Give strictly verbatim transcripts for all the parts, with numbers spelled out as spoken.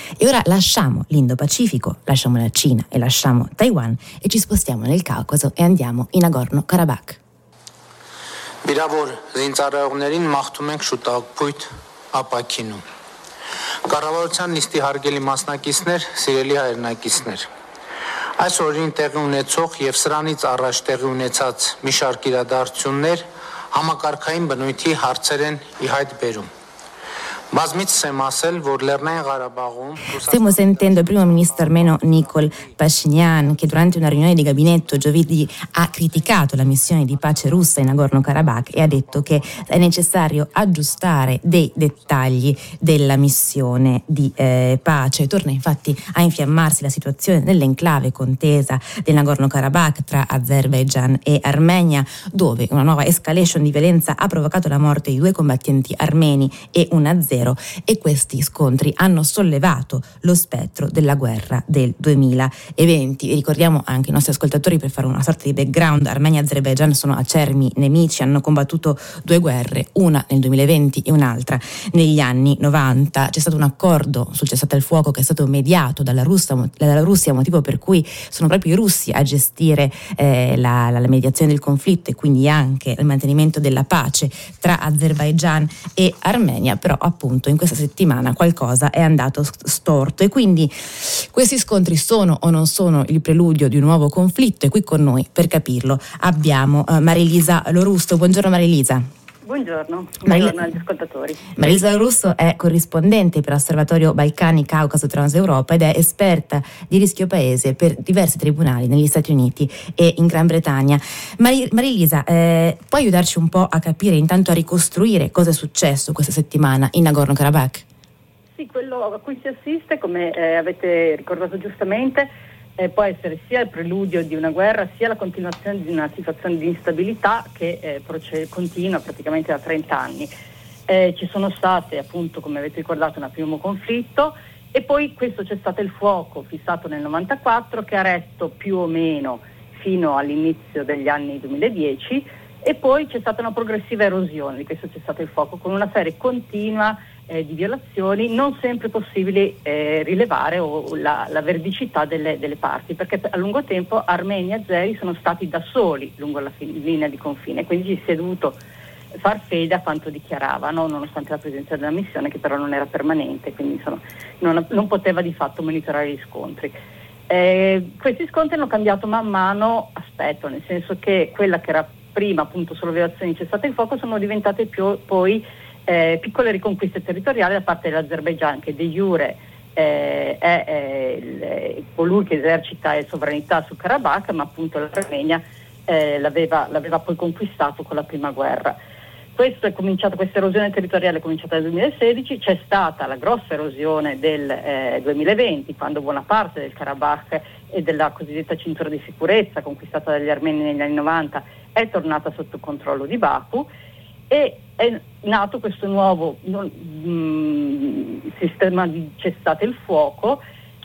E ora lasciamo l'Indo-Pacifico, lasciamo la Cina e lasciamo Taiwan e ci spostiamo nel Caucaso e andiamo in Nagorno-Karabakh. Բիրավոր զինծառայողներին մաղթում ենք շուտապույտ ապաքինում։ Կառավարության նիստի հարգելի մասնակիցներ, սիրելի հայրենակիցներ, այս օրին տեղի ունեցող եւ սրանից առաջ տեղի ունեցած մի շարք իրադարձություններ համակարգային բնույթի հարցեր են ի հայտ բերում։ Stiamo sentendo il primo ministro armeno Nikol Pashinyan, che durante una riunione di gabinetto giovedì ha criticato la missione di pace russa in Nagorno-Karabakh e ha detto che è necessario aggiustare dei dettagli della missione di eh, pace. Torna infatti a infiammarsi la situazione nell'enclave contesa del Nagorno-Karabakh tra Azerbaigian e Armenia, dove una nuova escalation di violenza ha provocato la morte di due combattenti armeni e un azero, e questi scontri hanno sollevato lo spettro della guerra del duemilaventi. Ricordiamo anche i nostri ascoltatori, per fare una sorta di background: Armenia e Azerbaigian sono acerrimi nemici, hanno combattuto due guerre, una nel duemilaventi e un'altra negli anni novanta. C'è stato un accordo sul cessate il fuoco che è stato mediato dalla Russia, dalla Russia, motivo per cui sono proprio i russi a gestire eh, la, la mediazione del conflitto e quindi anche il mantenimento della pace tra Azerbaigian e Armenia. Però appunto in questa settimana qualcosa è andato storto e quindi questi scontri sono o non sono il preludio di un nuovo conflitto, e qui con noi per capirlo abbiamo uh, Marilisa Lorusso. Buongiorno Marilisa. Buongiorno, Maril- buongiorno agli ascoltatori. Marilisa Lorusso è corrispondente per l'Osservatorio Balcani Caucaso Transeuropa ed è esperta di rischio paese per diversi tribunali negli Stati Uniti e in Gran Bretagna. Mar- Marilisa, eh, puoi aiutarci un po' a capire, intanto a ricostruire cosa è successo questa settimana in Nagorno-Karabakh? Sì, quello a cui si assiste, come eh, avete ricordato giustamente, Eh, può essere sia il preludio di una guerra sia la continuazione di una situazione di instabilità che eh, procede, continua praticamente da trenta anni. Eh, ci sono state, appunto, come avete ricordato, un primo conflitto e poi questo cessate il fuoco fissato nel novantaquattro che ha retto più o meno fino all'inizio degli anni duemiladieci, e poi c'è stata una progressiva erosione di questo cessate il fuoco con una serie continua Eh, di violazioni non sempre possibili eh, rilevare o la, la veridicità delle, delle parti, perché a lungo tempo Armeni e Azeri sono stati da soli lungo la fin- linea di confine, quindi ci si è dovuto far fede a quanto dichiaravano, nonostante la presenza della missione che però non era permanente, quindi insomma, non, non poteva di fatto monitorare gli scontri. Eh, questi scontri hanno cambiato man mano aspetto, nel senso che quella che era prima appunto solo violazioni di cessate il fuoco sono diventate più poi Eh, piccole riconquiste territoriali da parte dell'Azerbaigian, che de jure eh, è, è il, colui che esercita sovranità su Karabakh, ma appunto l'Armenia eh, l'aveva, l'aveva poi conquistato con la prima guerra. Questo è cominciato, questa erosione territoriale è cominciata nel duemilasedici, c'è stata la grossa erosione del eh, duemilaventi, quando buona parte del Karabakh e della cosiddetta cintura di sicurezza conquistata dagli armeni negli anni novanta è tornata sotto controllo di Baku, e è nato questo nuovo non, mh, sistema di cessate il fuoco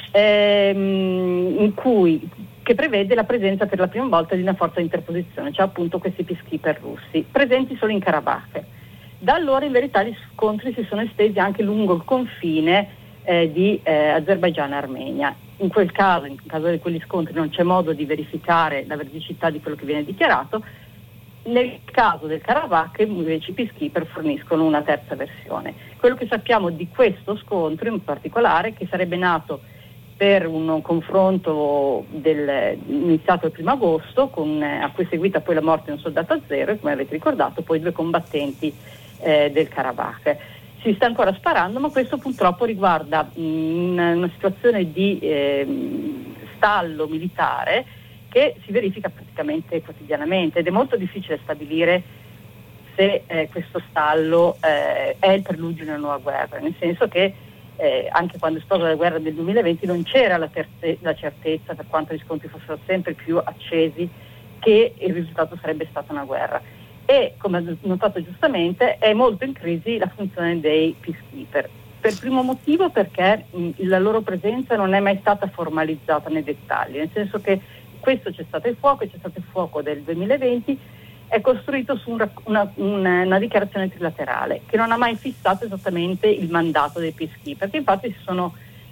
ehm, in cui, che prevede la presenza per la prima volta di una forza di interposizione, cioè appunto questi peacekeeper russi presenti solo in Karabakh. Da allora in verità gli scontri si sono estesi anche lungo il confine eh, di eh, Azerbaigian e Armenia. In quel caso, in caso di quegli scontri, non c'è modo di verificare la veridicità di quello che viene dichiarato. Nel caso del Karabakh invece i peacekeeper forniscono una terza versione. Quello che sappiamo di questo scontro in particolare è che sarebbe nato per un confronto del, iniziato il primo agosto, con, a cui è seguita poi la morte di un soldato azero e, come avete ricordato, poi due combattenti eh, del Karabakh. Si sta ancora sparando, ma questo purtroppo riguarda mh, una situazione di eh, stallo militare che si verifica praticamente quotidianamente, ed è molto difficile stabilire se eh, questo stallo eh, è il preludio di una nuova guerra, nel senso che eh, anche quando è esplosa la guerra del duemilaventi non c'era la, terze- la certezza, per quanto gli scontri fossero sempre più accesi, che il risultato sarebbe stata una guerra. E, come ha notato giustamente, è molto in crisi la funzione dei peacekeeper. Per primo motivo perché mh, la loro presenza non è mai stata formalizzata nei dettagli, nel senso che questo cessate il fuoco, il cessate il fuoco del duemilaventi è costruito su un, una, una, una dichiarazione trilaterale che non ha mai fissato esattamente il mandato dei peacekeeper, che infatti si sono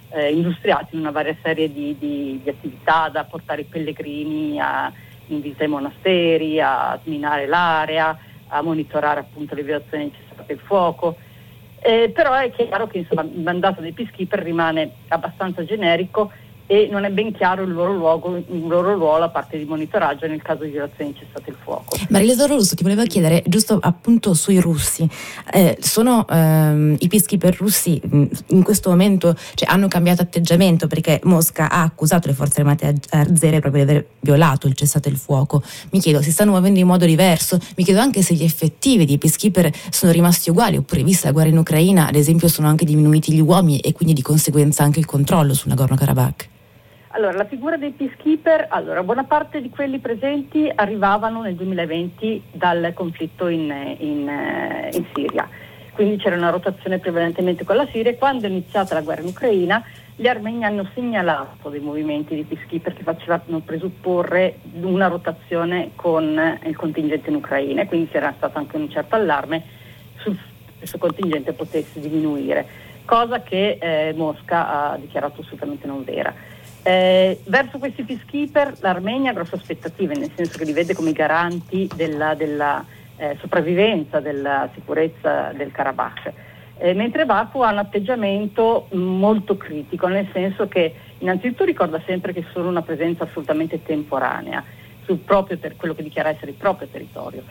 eh, industriati in una varia serie di, di, di attività, da portare i pellegrini a, in visita ai monasteri, a sminare l'area, a monitorare appunto le violazioni del cessate il fuoco. Eh, però è chiaro che insomma, il mandato dei peacekeeper rimane abbastanza generico e non è ben chiaro il loro, luogo, il loro ruolo a parte di monitoraggio nel caso di violazioni di cessate il fuoco. Marilisa Russo, ti volevo chiedere giusto appunto sui russi, eh, sono ehm, i peacekeeper russi mh, in questo momento cioè, hanno cambiato atteggiamento, perché Mosca ha accusato le forze armate azere proprio di aver violato il cessate il fuoco. Mi chiedo, si stanno muovendo in modo diverso? Mi chiedo anche se gli effettivi dei peacekeeper sono rimasti uguali, oppure vista la guerra in Ucraina ad esempio sono anche diminuiti gli uomini e quindi di conseguenza anche il controllo sul Nagorno-Karabakh. Allora, la figura dei peacekeeper, allora, buona parte di quelli presenti arrivavano nel duemilaventi dal conflitto in, in, in Siria, quindi c'era una rotazione prevalentemente con la Siria, e quando è iniziata la guerra in Ucraina gli armeni hanno segnalato dei movimenti di peacekeeper che facevano presupporre una rotazione con il contingente in Ucraina, e quindi c'era stato anche un certo allarme sul fatto che questo contingente potesse diminuire, cosa che eh, Mosca ha dichiarato assolutamente non vera. Eh, verso questi peacekeeper l'Armenia ha grosse aspettative, nel senso che li vede come i garanti della, della eh, sopravvivenza, della sicurezza del Karabakh, eh, mentre Baku ha un atteggiamento molto critico, nel senso che innanzitutto ricorda sempre che è solo una presenza assolutamente temporanea sul proprio ter- quello che dichiara essere il proprio territorio.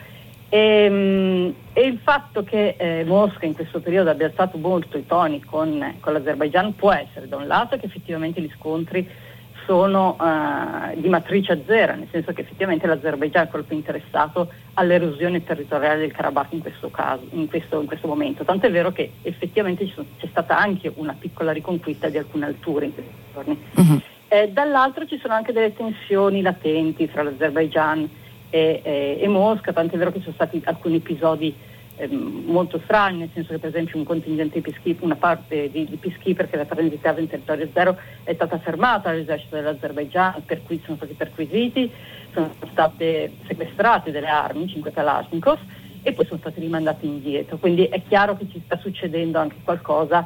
E, e il fatto che eh, Mosca in questo periodo abbia alzato molto i toni con, con l'Azerbaigian può essere da un lato che effettivamente gli scontri sono uh, di matrice azera, nel senso che effettivamente l'Azerbaigian è quello più interessato all'erosione territoriale del Karabakh in questo caso, in questo, in questo momento, tanto è vero che effettivamente ci sono, c'è stata anche una piccola riconquista di alcune alture in questi giorni. Uh-huh. Eh, dall'altro ci sono anche delle tensioni latenti tra l'Azerbaigian E, e, e Mosca, tanto è vero che ci sono stati alcuni episodi eh, molto strani, nel senso che per esempio un contingente di peacekeeper, una parte di, di peacekeeper che la transitava in territorio zero è stata fermata dall'esercito dell'Azerbaigian, per cui sono stati perquisiti, sono state sequestrate delle armi, cinque Kalashnikov, e poi sono stati rimandati indietro, quindi è chiaro che ci sta succedendo anche qualcosa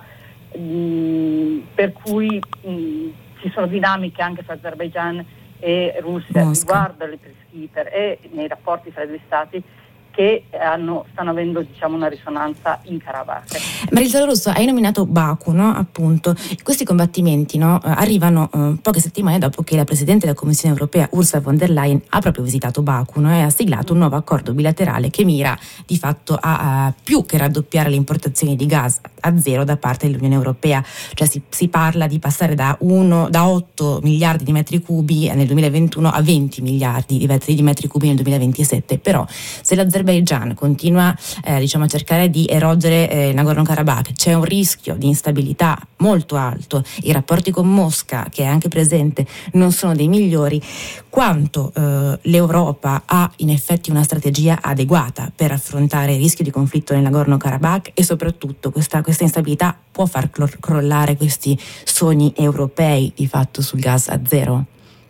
mh, per cui mh, ci sono dinamiche anche tra Azerbaigian e Russia riguardo alle peacekeeper e nei rapporti fra i due stati che hanno, stanno avendo diciamo una risonanza in Karabakh. Marilisa Russo, hai nominato Baku, no? Appunto, questi combattimenti no, arrivano eh, poche settimane dopo che la Presidente della Commissione Europea Ursula von der Leyen ha proprio visitato Baku, no? E ha siglato un nuovo accordo bilaterale che mira di fatto a, a più che raddoppiare le importazioni di gas a zero da parte dell'Unione Europea, cioè si, si parla di passare da, uno, da otto miliardi di metri cubi nel duemilaventuno a venti miliardi di metri, di metri cubi nel duemilaventisette, però se l'Azerbaigian continua eh, diciamo a cercare di erodere eh, Nagorno-Karabakh, c'è un rischio di instabilità molto alto, i rapporti con Mosca che è anche presente non sono dei migliori, quanto eh, l'Europa ha in effetti una strategia adeguata per affrontare il rischio di conflitto nel Nagorno-Karabakh e soprattutto questa, questa instabilità può far crollare questi sogni europei di fatto sul gas a zero?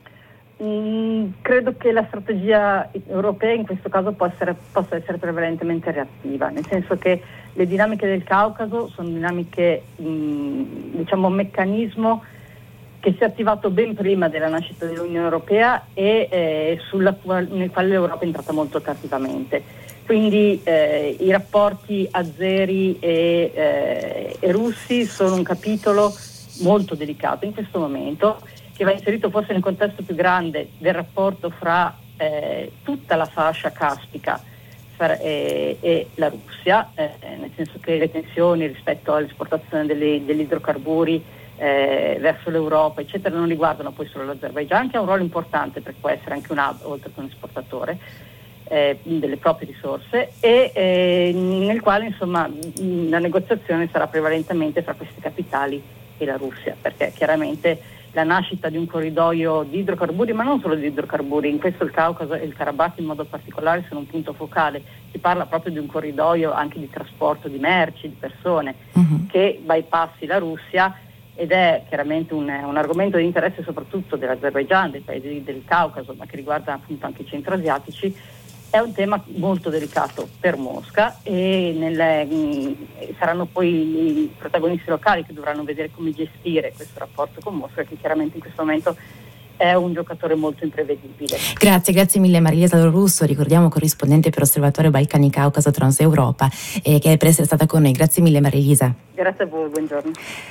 Mm, credo che la strategia europea in questo caso può essere, possa essere prevalentemente reattiva, nel senso che le dinamiche del Caucaso sono dinamiche, mh, diciamo, un meccanismo che si è attivato ben prima della nascita dell'Unione Europea e eh, sulla, nel quale l'Europa è entrata molto tardivamente. Quindi eh, i rapporti azeri e, eh, e russi sono un capitolo molto delicato in questo momento, che va inserito forse nel contesto più grande del rapporto fra eh, tutta la fascia caspica fra, eh, e la Russia, eh, nel senso che le tensioni rispetto all'esportazione delle, degli idrocarburi eh, verso l'Europa, eccetera, non riguardano poi solo l'Azerbaigian, che ha un ruolo importante perché può essere anche un hub, oltre che un esportatore eh, delle proprie risorse, e eh, nel quale insomma la negoziazione sarà prevalentemente fra questi capitali e la Russia, perché chiaramente la nascita di un corridoio di idrocarburi, ma non solo di idrocarburi, in questo il Caucaso e il Karabakh in modo particolare sono un punto focale, si parla proprio di un corridoio anche di trasporto di merci, di persone, uh-huh. che bypassi la Russia, ed è chiaramente un, un argomento di interesse soprattutto dell'Azerbaigian, dei paesi del Caucaso, ma che riguarda appunto anche i centroasiatici, è un tema molto delicato per Mosca e nelle, mh, saranno poi i protagonisti locali che dovranno vedere come gestire questo rapporto con Mosca, che chiaramente in questo momento è un giocatore molto imprevedibile. Grazie, grazie mille Maria-Elisa Lorusso, ricordiamo corrispondente per Osservatorio Balcani Caucaso Transeuropa, eh, che per essere stata con noi. Grazie mille Maria-Elisa. Grazie a voi, buongiorno.